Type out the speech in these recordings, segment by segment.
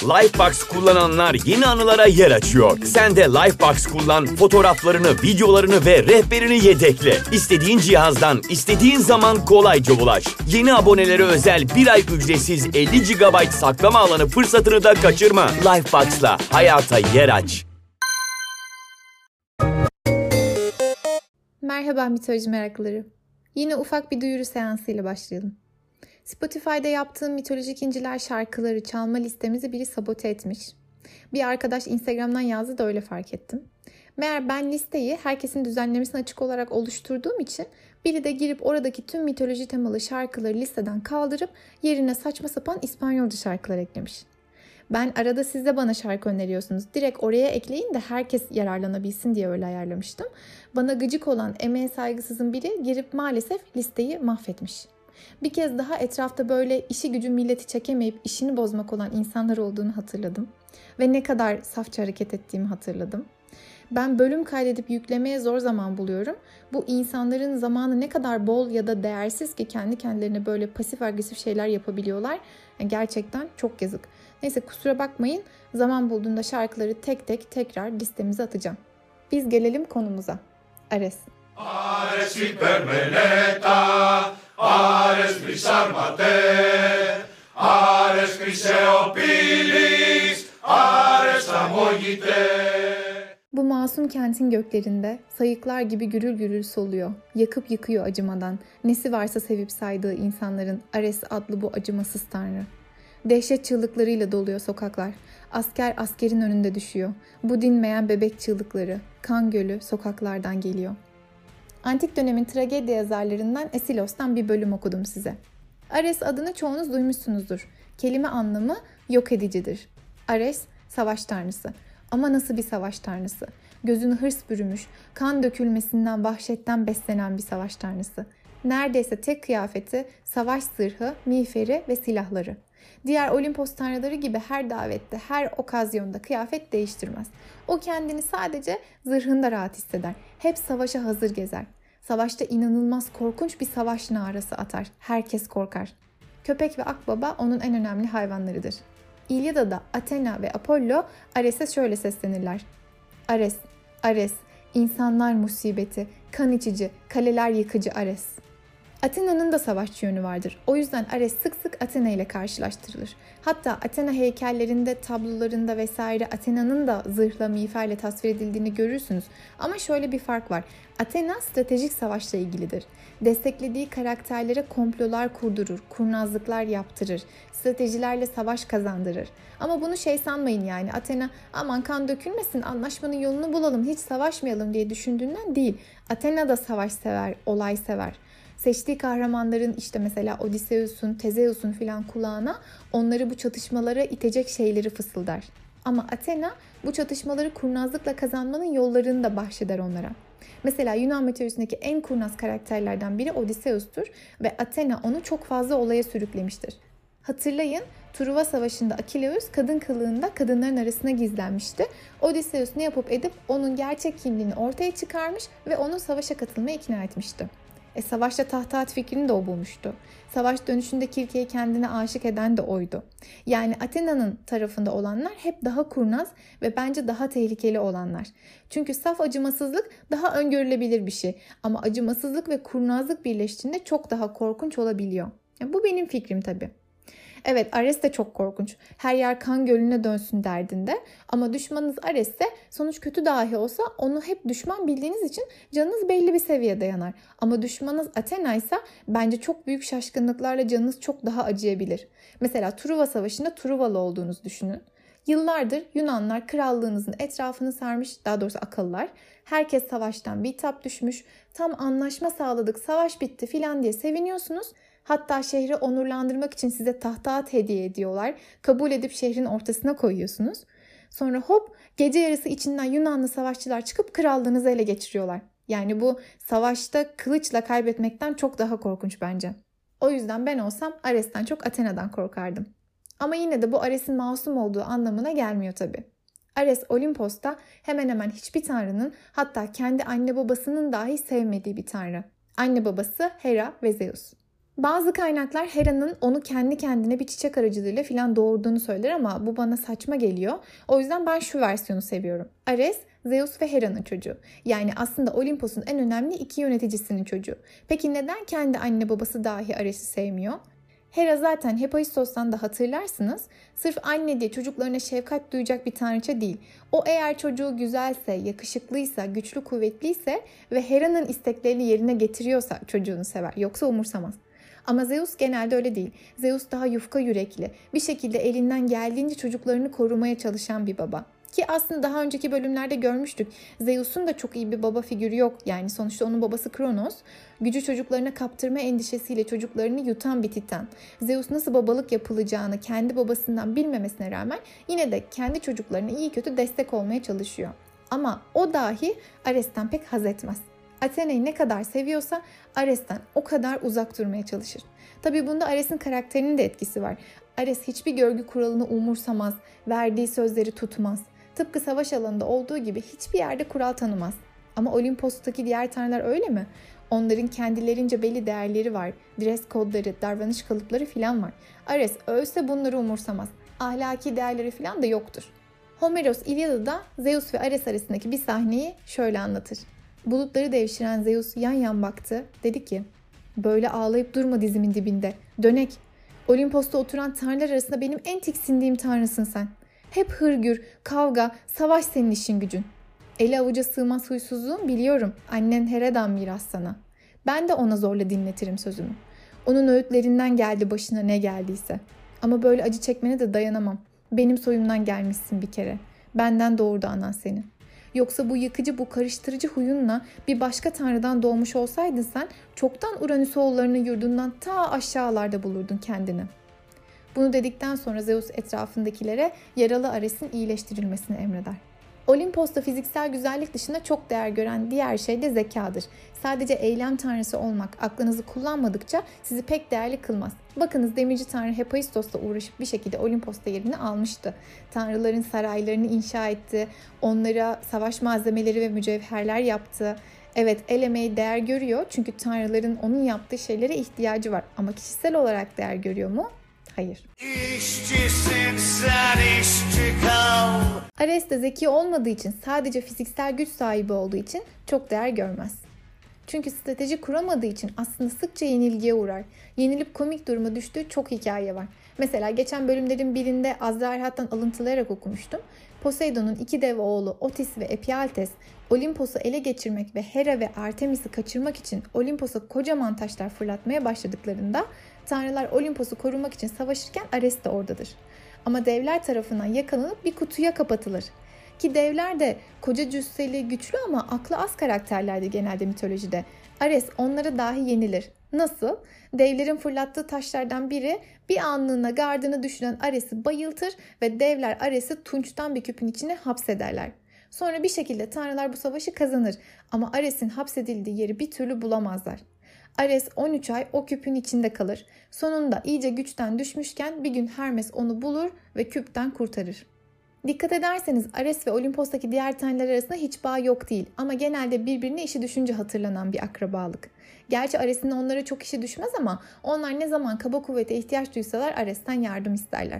Lifebox kullananlar yeni anılara yer açıyor. Sen de Lifebox kullan, fotoğraflarını, videolarını ve rehberini yedekle. İstediğin cihazdan, istediğin zaman kolayca ulaş. Yeni abonelere özel 1 ay ücretsiz 50 GB saklama alanı fırsatını da kaçırma. Lifebox'la hayata yer aç. Merhaba mitoloji meraklıları. Yine ufak bir duyuru seansıyla başlayalım. Spotify'da yaptığım mitolojik inciler şarkıları çalma listemizi biri sabote etmiş. Bir arkadaş Instagram'dan yazdı da öyle fark ettim. Meğer ben listeyi herkesin düzenlemesine açık olarak oluşturduğum için biri de girip oradaki tüm mitoloji temalı şarkıları listeden kaldırıp yerine saçma sapan İspanyolca şarkılar eklemiş. Ben arada siz de bana şarkı öneriyorsunuz. Direkt oraya ekleyin de herkes yararlanabilsin diye öyle ayarlamıştım. Bana gıcık olan emeğe saygısızın biri girip maalesef listeyi mahvetmiş. Bir kez daha etrafta böyle işi gücü milleti çekemeyip işini bozmak olan insanlar olduğunu hatırladım. Ve ne kadar safça hareket ettiğimi hatırladım. Ben bölüm kaydedip yüklemeye zor zaman buluyorum. Bu insanların zamanı ne kadar bol ya da değersiz ki kendi kendilerine böyle pasif agresif şeyler yapabiliyorlar. Yani gerçekten çok yazık. Neyse kusura bakmayın. Zaman bulduğunda şarkıları tek tek tekrar listemize atacağım. Biz gelelim konumuza. Ares. Ares hypermeneta, Ares Prisarmate, Ares Chryseopilis, Ares Amogite. Bu masum kentin göklerinde sayıklar gibi gürül gürül soluyor. Yakıp yıkıyor acımadan. Nesi varsa sevip saydığı insanların Ares adlı bu acımasız tanrı. Dehşet çığlıklarıyla doluyor sokaklar. Asker askerin önünde düşüyor. Bu dinmeyen bebek çığlıkları, kan gölü sokaklardan geliyor. Antik dönemin tragedya yazarlarından Esilos'tan bir bölüm okudum size. Ares adını çoğunuz duymuşsunuzdur. Kelime anlamı yok edicidir. Ares, savaş tanrısı. Ama nasıl bir savaş tanrısı? Gözünü hırs bürümüş, kan dökülmesinden, vahşetten beslenen bir savaş tanrısı. Neredeyse tek kıyafeti savaş zırhı, miğferi ve silahları. Diğer Olimpos tanrıları gibi her davette, her okazyonda kıyafet değiştirmez. O kendini sadece zırhında rahat hisseder. Hep savaşa hazır gezer. Savaşta inanılmaz korkunç bir savaş narası atar. Herkes korkar. Köpek ve akbaba onun en önemli hayvanlarıdır. İlyada'da Athena ve Apollo Ares'e şöyle seslenirler. Ares, Ares, insanlar musibeti, kan içici, kaleler yıkıcı Ares. Athena'nın da savaşçı yönü vardır. O yüzden Ares sık sık Athena ile karşılaştırılır. Hatta Athena heykellerinde, tablolarında vesaire Athena'nın da zırhla, miğferle tasvir edildiğini görürsünüz. Ama şöyle bir fark var. Athena stratejik savaşla ilgilidir. Desteklediği karakterlere komplolar kurdurur, kurnazlıklar yaptırır, stratejilerle savaş kazandırır. Ama bunu sanmayın yani Athena aman kan dökülmesin, anlaşmanın yolunu bulalım, hiç savaşmayalım diye düşündüğünden değil. Athena da savaş sever, olay sever. Seçtiği kahramanların mesela Odysseus'un, Theseus'un filan kulağına onları bu çatışmalara itecek şeyleri fısıldar. Ama Athena bu çatışmaları kurnazlıkla kazanmanın yollarını da bahşeder onlara. Mesela Yunan mitolojisindeki en kurnaz karakterlerden biri Odysseus'tur ve Athena onu çok fazla olaya sürüklemiştir. Hatırlayın, Truva Savaşı'nda Akileus kadın kılığında kadınların arasına gizlenmişti. Odysseus ne yapıp edip onun gerçek kimliğini ortaya çıkarmış ve onu savaşa katılmaya ikna etmişti. Savaşta tahta at fikrini de o bulmuştu. Savaş dönüşünde Kirke'yi kendine aşık eden de oydu. Yani Athena'nın tarafında olanlar hep daha kurnaz ve bence daha tehlikeli olanlar. Çünkü saf acımasızlık daha öngörülebilir bir şey. Ama acımasızlık ve kurnazlık birleştiğinde çok daha korkunç olabiliyor. Bu benim fikrim tabii. Evet, Ares de çok korkunç. Her yer kan gölüne dönsün derdinde. Ama düşmanınız Ares'se sonuç kötü dahi olsa onu hep düşman bildiğiniz için canınız belli bir seviyede yanar. Ama düşmanınız Athena ise bence çok büyük şaşkınlıklarla canınız çok daha acıyabilir. Mesela Truva Savaşı'nda Truvalı olduğunuzu düşünün. Yıllardır Yunanlar krallığınızın etrafını sarmış, daha doğrusu akıllar. Herkes savaştan bitap düşmüş. Tam anlaşma sağladık, savaş bitti filan diye seviniyorsunuz. Hatta şehri onurlandırmak için size tahta at hediye ediyorlar. Kabul edip şehrin ortasına koyuyorsunuz. Sonra hop gece yarısı içinden Yunanlı savaşçılar çıkıp krallığınızı ele geçiriyorlar. Yani bu savaşta kılıçla kaybetmekten çok daha korkunç bence. O yüzden ben olsam Ares'ten çok Athena'dan korkardım. Ama yine de bu Ares'in masum olduğu anlamına gelmiyor tabii. Ares Olimpos'ta hemen hemen hiçbir tanrının, hatta kendi anne babasının dahi sevmediği bir tanrı. Anne babası Hera ve Zeus. Bazı kaynaklar Hera'nın onu kendi kendine bir çiçek aracılığıyla filan doğurduğunu söyler ama bu bana saçma geliyor. O yüzden ben şu versiyonu seviyorum. Ares, Zeus ve Hera'nın çocuğu. Yani aslında Olimpos'un en önemli iki yöneticisinin çocuğu. Peki neden kendi anne babası dahi Ares'i sevmiyor? Hera zaten Hephaistos'tan da hatırlarsınız. Sırf anne diye çocuklarına şefkat duyacak bir tanrıça değil. O eğer çocuğu güzelse, yakışıklıysa, güçlü kuvvetliyse ve Hera'nın isteklerini yerine getiriyorsa çocuğunu sever. Yoksa umursamaz. Ama Zeus genelde öyle değil. Zeus daha yufka yürekli, bir şekilde elinden geldiğince çocuklarını korumaya çalışan bir baba. Ki aslında daha önceki bölümlerde görmüştük. Zeus'un da çok iyi bir baba figürü yok. Yani sonuçta onun babası Kronos. Gücü çocuklarına kaptırma endişesiyle çocuklarını yutan bir titan. Zeus nasıl babalık yapılacağını kendi babasından bilmemesine rağmen yine de kendi çocuklarına iyi kötü destek olmaya çalışıyor. Ama o dahi Ares'ten pek haz etmez. Athena'yı ne kadar seviyorsa Ares'ten o kadar uzak durmaya çalışır. Tabii bunda Ares'in karakterinin de etkisi var. Ares hiçbir görgü kuralını umursamaz, verdiği sözleri tutmaz. Tıpkı savaş alanında olduğu gibi hiçbir yerde kural tanımaz. Ama Olimpos'taki diğer tanrılar öyle mi? Onların kendilerince belli değerleri var. Dress kodları, davranış kalıpları filan var. Ares ölse bunları umursamaz. Ahlaki değerleri filan da yoktur. Homeros İlyada'da Zeus ve Ares arasındaki bir sahneyi şöyle anlatır. Bulutları devşiren Zeus yan yan baktı. Dedi ki, böyle ağlayıp durma dizimin dibinde. Dönek. Olimpos'ta oturan tanrılar arasında benim en tiksindiğim tanrısın sen. Hep hırgür, kavga, savaş senin işin gücün. Eli avuca sığmaz huysuzluğun biliyorum. Annen Hera'dan miras sana. Ben de ona zorla dinletirim sözümü. Onun öğütlerinden geldi başına ne geldiyse. Ama böyle acı çekmene de dayanamam. Benim soyumdan gelmişsin bir kere. Benden doğurdu anan seni. Yoksa bu yıkıcı, bu karıştırıcı huyunla bir başka tanrıdan doğmuş olsaydın sen çoktan Uranüs oğullarının yurdundan ta aşağılarda bulurdun kendini. Bunu dedikten sonra Zeus etrafındakilere yaralı Ares'in iyileştirilmesini emreder. Olimpos'ta fiziksel güzellik dışında çok değer gören diğer şey de zekadır. Sadece eylem tanrısı olmak aklınızı kullanmadıkça sizi pek değerli kılmaz. Bakınız demirci tanrı Hephaistos'la uğraşıp bir şekilde Olimpos'ta yerini almıştı. Tanrıların saraylarını inşa etti, onlara savaş malzemeleri ve mücevherler yaptı. Evet, el emeği değer görüyor çünkü tanrıların onun yaptığı şeylere ihtiyacı var. Ama kişisel olarak değer görüyor mu? Hayır. İşçisin sen, işçi kal. Ares de zeki olmadığı için, sadece fiziksel güç sahibi olduğu için çok değer görmez. Çünkü strateji kuramadığı için aslında sıkça yenilgiye uğrar. Yenilip komik duruma düştüğü çok hikaye var. Mesela geçen bölümlerin birinde Azrailhat'tan alıntılayarak okumuştum. Poseidon'un iki dev oğlu Otis ve Ephialtes Olimpos'u ele geçirmek ve Hera ve Artemis'i kaçırmak için Olimpos'a kocaman taşlar fırlatmaya başladıklarında tanrılar Olimpos'u korumak için savaşırken Ares de oradadır. Ama devler tarafından yakalanıp bir kutuya kapatılır. Ki devler de koca cüsseli, güçlü ama aklı az karakterlerdi genelde mitolojide. Ares onlara dahi yenilir. Nasıl? Devlerin fırlattığı taşlardan biri bir anlığına gardını düşüren Ares'i bayıltır ve devler Ares'i tunçtan bir küpün içine hapsederler. Sonra bir şekilde tanrılar bu savaşı kazanır ama Ares'in hapsedildiği yeri bir türlü bulamazlar. Ares 13 ay o küpün içinde kalır. Sonunda iyice güçten düşmüşken bir gün Hermes onu bulur ve küpten kurtarır. Dikkat ederseniz Ares ve Olimpos'taki diğer tanrılar arasında hiç bağ yok değil ama genelde birbirine işi düşünce hatırlanan bir akrabalık. Gerçi Ares'in onlara çok işi düşmez ama onlar ne zaman kaba kuvvete ihtiyaç duysalar Ares'ten yardım isterler.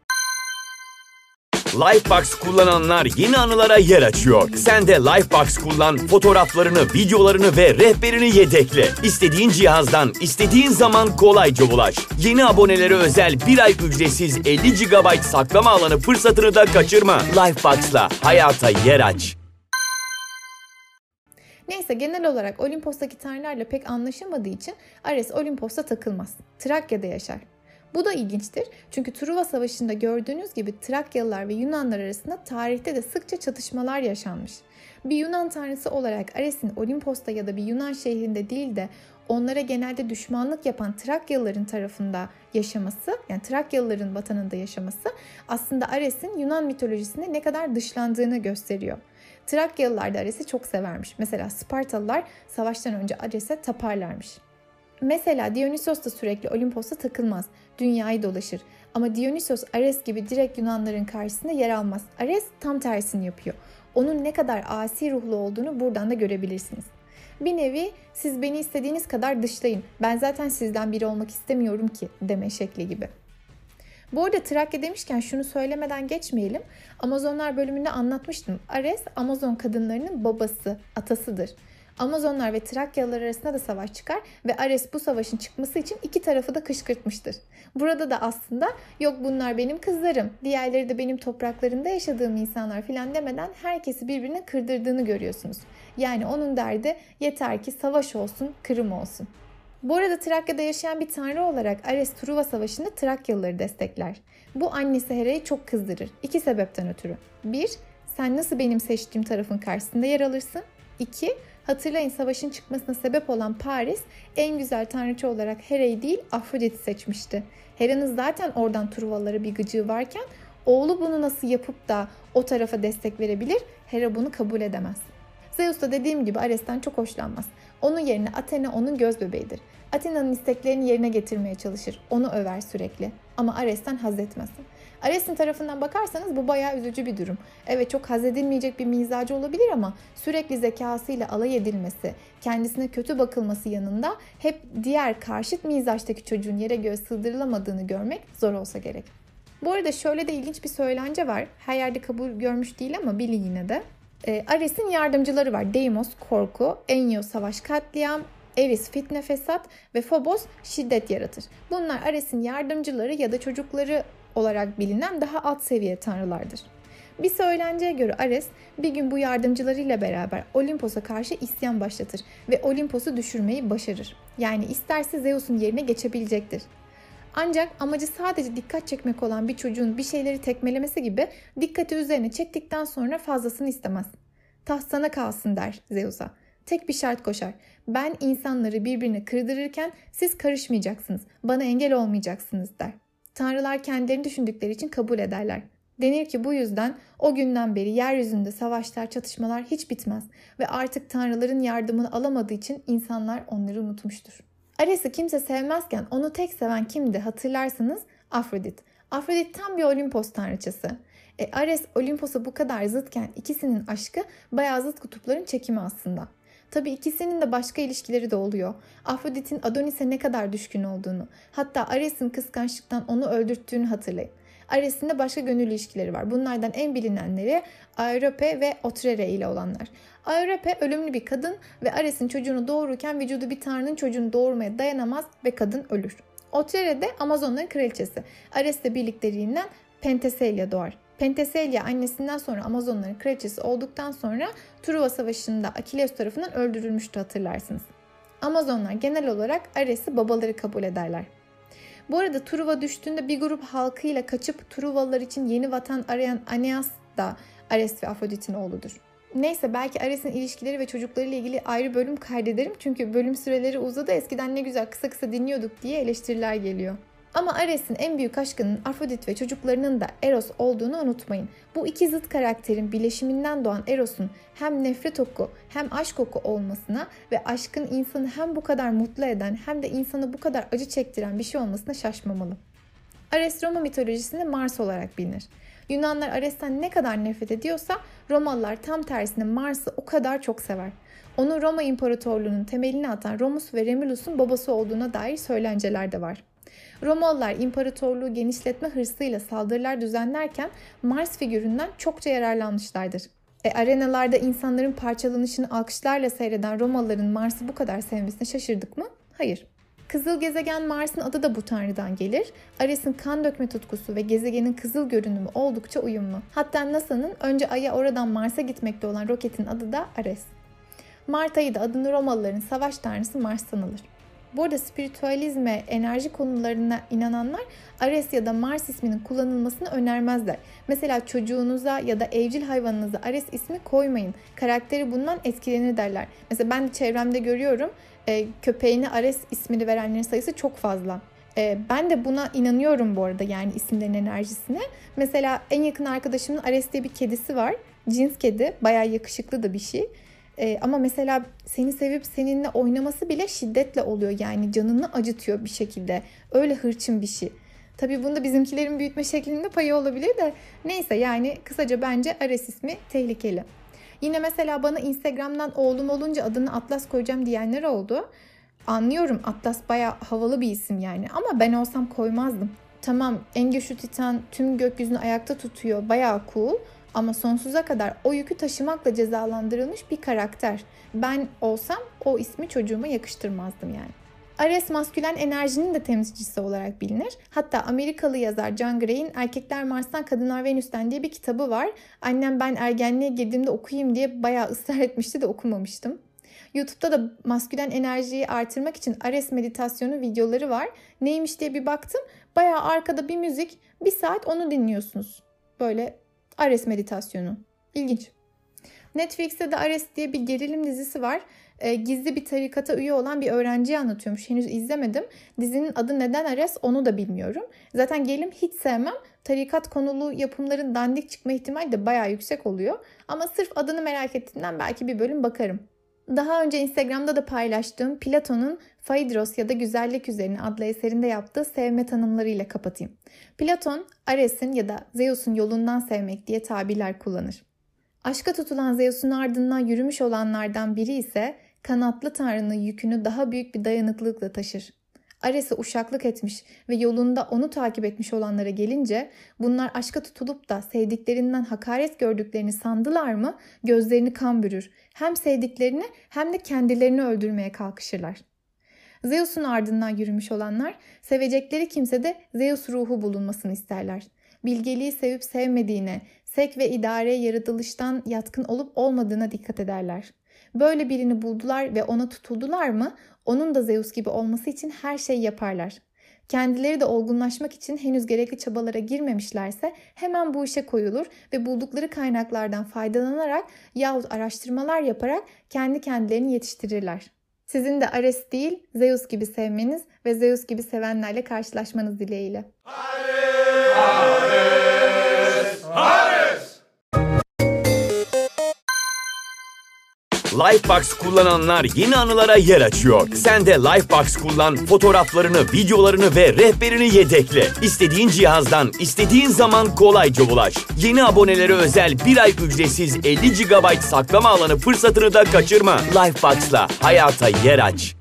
Lifebox kullananlar yeni anılara yer açıyor. Sen de Lifebox kullan, fotoğraflarını, videolarını ve rehberini yedekle. İstediğin cihazdan, istediğin zaman kolayca ulaş. Yeni abonelere özel bir ay ücretsiz 50 GB saklama alanı fırsatını da kaçırma. Lifebox'la hayata yer aç. Neyse, genel olarak Olimpos'taki tanrılarla pek anlaşamadığı için Ares Olimpos'ta takılmaz. Trakya'da yaşar. Bu da ilginçtir çünkü Truva Savaşı'nda gördüğünüz gibi Trakyalılar ve Yunanlar arasında tarihte de sıkça çatışmalar yaşanmış. Bir Yunan tanrısı olarak Ares'in Olimpos'ta ya da bir Yunan şehrinde değil de onlara genelde düşmanlık yapan Trakyalıların tarafında yaşaması, yani Trakyalıların vatanında yaşaması aslında Ares'in Yunan mitolojisinde ne kadar dışlandığını gösteriyor. Trakyalılar da Ares'i çok severmiş. Mesela Spartalılar savaştan önce Ares'e taparlarmış. Mesela Dionysos da sürekli Olimpos'ta takılmaz, dünyayı dolaşır. Ama Dionysos Ares gibi direkt Yunanların karşısında yer almaz. Ares tam tersini yapıyor. Onun ne kadar asi ruhlu olduğunu buradan da görebilirsiniz. Bir nevi siz beni istediğiniz kadar dışlayın. Ben zaten sizden biri olmak istemiyorum ki deme şekli gibi. Bu arada Trakya demişken şunu söylemeden geçmeyelim. Amazonlar bölümünde anlatmıştım. Ares Amazon kadınlarının babası, atasıdır. Amazonlar ve Trakyalılar arasında da savaş çıkar ve Ares bu savaşın çıkması için iki tarafı da kışkırtmıştır. Burada da aslında yok bunlar benim kızlarım, diğerleri de benim topraklarımda yaşadığım insanlar filan demeden herkesi birbirine kırdırdığını görüyorsunuz. Yani onun derdi yeter ki savaş olsun, kırım olsun. Bu arada Trakya'da yaşayan bir tanrı olarak Ares Truva Savaşı'nda Trakyalıları destekler. Bu annesi Hera'yı çok kızdırır. İki sebepten ötürü. 1. Sen nasıl benim seçtiğim tarafın karşısında yer alırsın? 2. Hatırlayın savaşın çıkmasına sebep olan Paris en güzel tanrıça olarak Hera'yı değil Afrodit'i seçmişti. Hera'nın zaten oradan Truvalılara bir gıcığı varken oğlu bunu nasıl yapıp da o tarafa destek verebilir? Hera bunu kabul edemez. Zeus da dediğim gibi Ares'ten çok hoşlanmaz. Onun yerine Athena onun göz bebeğidir. Athena'nın isteklerini yerine getirmeye çalışır. Onu över sürekli. Ama Ares'ten haz etmez. Ares'in tarafından bakarsanız bu bayağı üzücü bir durum. Evet çok haz edilmeyecek bir mizacı olabilir ama sürekli zekasıyla alay edilmesi, kendisine kötü bakılması yanında hep diğer karşıt mizaçtaki çocuğun yere göğe sığdırılamadığını görmek zor olsa gerek. Bu arada şöyle de ilginç bir söylence var. Her yerde kabul görmüş değil ama bilin yine de. Ares'in yardımcıları var. Deimos korku, Enyo savaş katliam, Eris fitne fesat ve Phobos şiddet yaratır. Bunlar Ares'in yardımcıları ya da çocukları olarak bilinen daha alt seviye tanrılardır. Bir söylenceye göre Ares bir gün bu yardımcılarıyla beraber Olimpos'a karşı isyan başlatır ve Olimpos'u düşürmeyi başarır. Yani isterse Zeus'un yerine geçebilecektir. Ancak amacı sadece dikkat çekmek olan bir çocuğun bir şeyleri tekmelemesi gibi dikkati üzerine çektikten sonra fazlasını istemez. Taht sana kalsın der Zeus'a. Tek bir şart koşar. Ben insanları birbirine kırdırırken siz karışmayacaksınız, bana engel olmayacaksınız der. Tanrılar kendilerini düşündükleri için kabul ederler. Denir ki bu yüzden o günden beri yeryüzünde savaşlar, çatışmalar hiç bitmez ve artık tanrıların yardımını alamadığı için insanlar onları unutmuştur. Ares'i kimse sevmezken onu tek seven kimdi hatırlarsanız Afrodit. Afrodit tam bir Olimpos tanrıçası. Ares Olimpos'a bu kadar zıtken ikisinin aşkı bayağı zıt kutupların çekimi aslında. Tabii ikisinin de başka ilişkileri de oluyor. Afrodit'in Adonis'e ne kadar düşkün olduğunu, hatta Ares'in kıskançlıktan onu öldürttüğünü hatırlayın. Ares'in de başka gönül ilişkileri var. Bunlardan en bilinenleri Europe ve Otrere ile olanlar. Europe ölümlü bir kadın ve Ares'in çocuğunu doğururken vücudu bir tanrının çocuğunu doğurmaya dayanamaz ve kadın ölür. Otrere de Amazonların kraliçesi. Ares'le birlikteliğinden Penthesilea doğar. Penthesilea annesinden sonra Amazonların kraliçesi olduktan sonra Truva Savaşı'nda Akileus tarafından öldürülmüştü hatırlarsınız. Amazonlar genel olarak Ares'i babaları kabul ederler. Bu arada Truva düştüğünde bir grup halkıyla kaçıp Truvalılar için yeni vatan arayan Aeneas da Ares ve Afrodit'in oğludur. Neyse belki Ares'in ilişkileri ve çocuklarıyla ilgili ayrı bölüm kaydederim çünkü bölüm süreleri uzadı, eskiden ne güzel kısa kısa dinliyorduk diye eleştiriler geliyor. Ama Ares'in en büyük aşkının Afrodit ve çocuklarının da Eros olduğunu unutmayın. Bu iki zıt karakterin birleşiminden doğan Eros'un hem nefret oku hem aşk oku olmasına ve aşkın insanı hem bu kadar mutlu eden hem de insanı bu kadar acı çektiren bir şey olmasına şaşmamalı. Ares Roma mitolojisinde Mars olarak bilinir. Yunanlar Ares'ten ne kadar nefret ediyorsa Romalılar tam tersine Mars'ı o kadar çok sever. Onun Roma İmparatorluğu'nun temelini atan Romus ve Remulus'un babası olduğuna dair söylenceler de var. Romalılar imparatorluğu genişletme hırsıyla saldırılar düzenlerken Mars figüründen çokça yararlanmışlardır. Arenalarda insanların parçalanışını alkışlarla seyreden Romalıların Mars'ı bu kadar sevmesine şaşırdık mı? Hayır. Kızıl gezegen Mars'ın adı da bu tanrıdan gelir. Ares'in kan dökme tutkusu ve gezegenin kızıl görünümü oldukça uyumlu. Hatta NASA'nın önce Ay'a oradan Mars'a gitmekte olan roketin adı da Ares. Mart ayı da adını Romalıların savaş tanrısı Mars'tan alır. Bu arada spiritüalizme, enerji konularına inananlar Ares ya da Mars isminin kullanılmasını önermezler. Mesela çocuğunuza ya da evcil hayvanınıza Ares ismi koymayın. Karakteri bundan etkilenir derler. Mesela ben de çevremde görüyorum köpeğine Ares ismini verenlerin sayısı çok fazla. Ben de buna inanıyorum bu arada, yani isimlerin enerjisine. Mesela en yakın arkadaşımın Ares diye bir kedisi var. Cins kedi, bayağı yakışıklı da bir şey. Ama mesela seni sevip seninle oynaması bile şiddetle oluyor. Yani canını acıtıyor bir şekilde. Öyle hırçın bir şey. Tabii bunda bizimkilerin büyütme şeklinde payı olabilir de. Neyse yani kısaca bence Ares ismi tehlikeli. Yine mesela bana Instagram'dan oğlum olunca adını Atlas koyacağım diyenler oldu. Anlıyorum, Atlas bayağı havalı bir isim yani, ama ben olsam koymazdım. Tamam, en güçlü titan tüm gökyüzünü ayakta tutuyor, bayağı cool, ama sonsuza kadar o yükü taşımakla cezalandırılmış bir karakter. Ben olsam o ismi çocuğuma yakıştırmazdım yani. Ares maskülen enerjinin de temsilcisi olarak bilinir. Hatta Amerikalı yazar John Gray'in Erkekler Mars'tan Kadınlar Venüs'ten diye bir kitabı var. Annem ben ergenliğe girdiğimde okuyayım diye bayağı ısrar etmişti de okumamıştım. YouTube'da da maskülen enerjiyi artırmak için Ares meditasyonu videoları var. Neymiş diye bir baktım. Bayağı arkada bir müzik, 1 saat onu dinliyorsunuz. Böyle Ares meditasyonu. İlginç. Netflix'te de Ares diye bir gerilim dizisi var. Gizli bir tarikata üye olan bir öğrenciyi anlatıyormuş. Henüz izlemedim. Dizinin adı neden Ares onu da bilmiyorum. Zaten gerilim hiç sevmem. Tarikat konulu yapımların dandik çıkma ihtimali de bayağı yüksek oluyor. Ama sırf adını merak ettiğimden belki bir bölüm bakarım. Daha önce Instagram'da da paylaştığım Platon'un Phaedros ya da Güzellik Üzerine adlı eserinde yaptığı sevme tanımlarıyla kapatayım. Platon, Ares'in ya da Zeus'un yolundan sevmek diye tabirler kullanır. Aşka tutulan Zeus'un ardından yürümüş olanlardan biri ise kanatlı tanrının yükünü daha büyük bir dayanıklılıkla taşır. Ares'e uşaklık etmiş ve yolunda onu takip etmiş olanlara gelince bunlar aşka tutulup da sevdiklerinden hakaret gördüklerini sandılar mı gözlerini kan bürür. Hem sevdiklerini hem de kendilerini öldürmeye kalkışırlar. Zeus'un ardından yürümüş olanlar sevecekleri kimsede Zeus ruhu bulunmasını isterler. Bilgeliği sevip sevmediğine, sek ve idareye yaratılıştan yatkın olup olmadığına dikkat ederler. Böyle birini buldular ve ona tutuldular mı, onun da Zeus gibi olması için her şeyi yaparlar. Kendileri de olgunlaşmak için henüz gerekli çabalara girmemişlerse hemen bu işe koyulur ve buldukları kaynaklardan faydalanarak yahut araştırmalar yaparak kendi kendilerini yetiştirirler. Sizin de Ares değil, Zeus gibi sevmeniz ve Zeus gibi sevenlerle karşılaşmanız dileğiyle. Ares! Ares! Ares! Lifebox kullananlar yeni anılara yer açıyor. Sen de Lifebox kullan, fotoğraflarını, videolarını ve rehberini yedekle. İstediğin cihazdan, istediğin zaman kolayca ulaş. Yeni abonelere özel 1 ay ücretsiz 50 GB saklama alanı fırsatını da kaçırma. Lifebox'la hayata yer aç.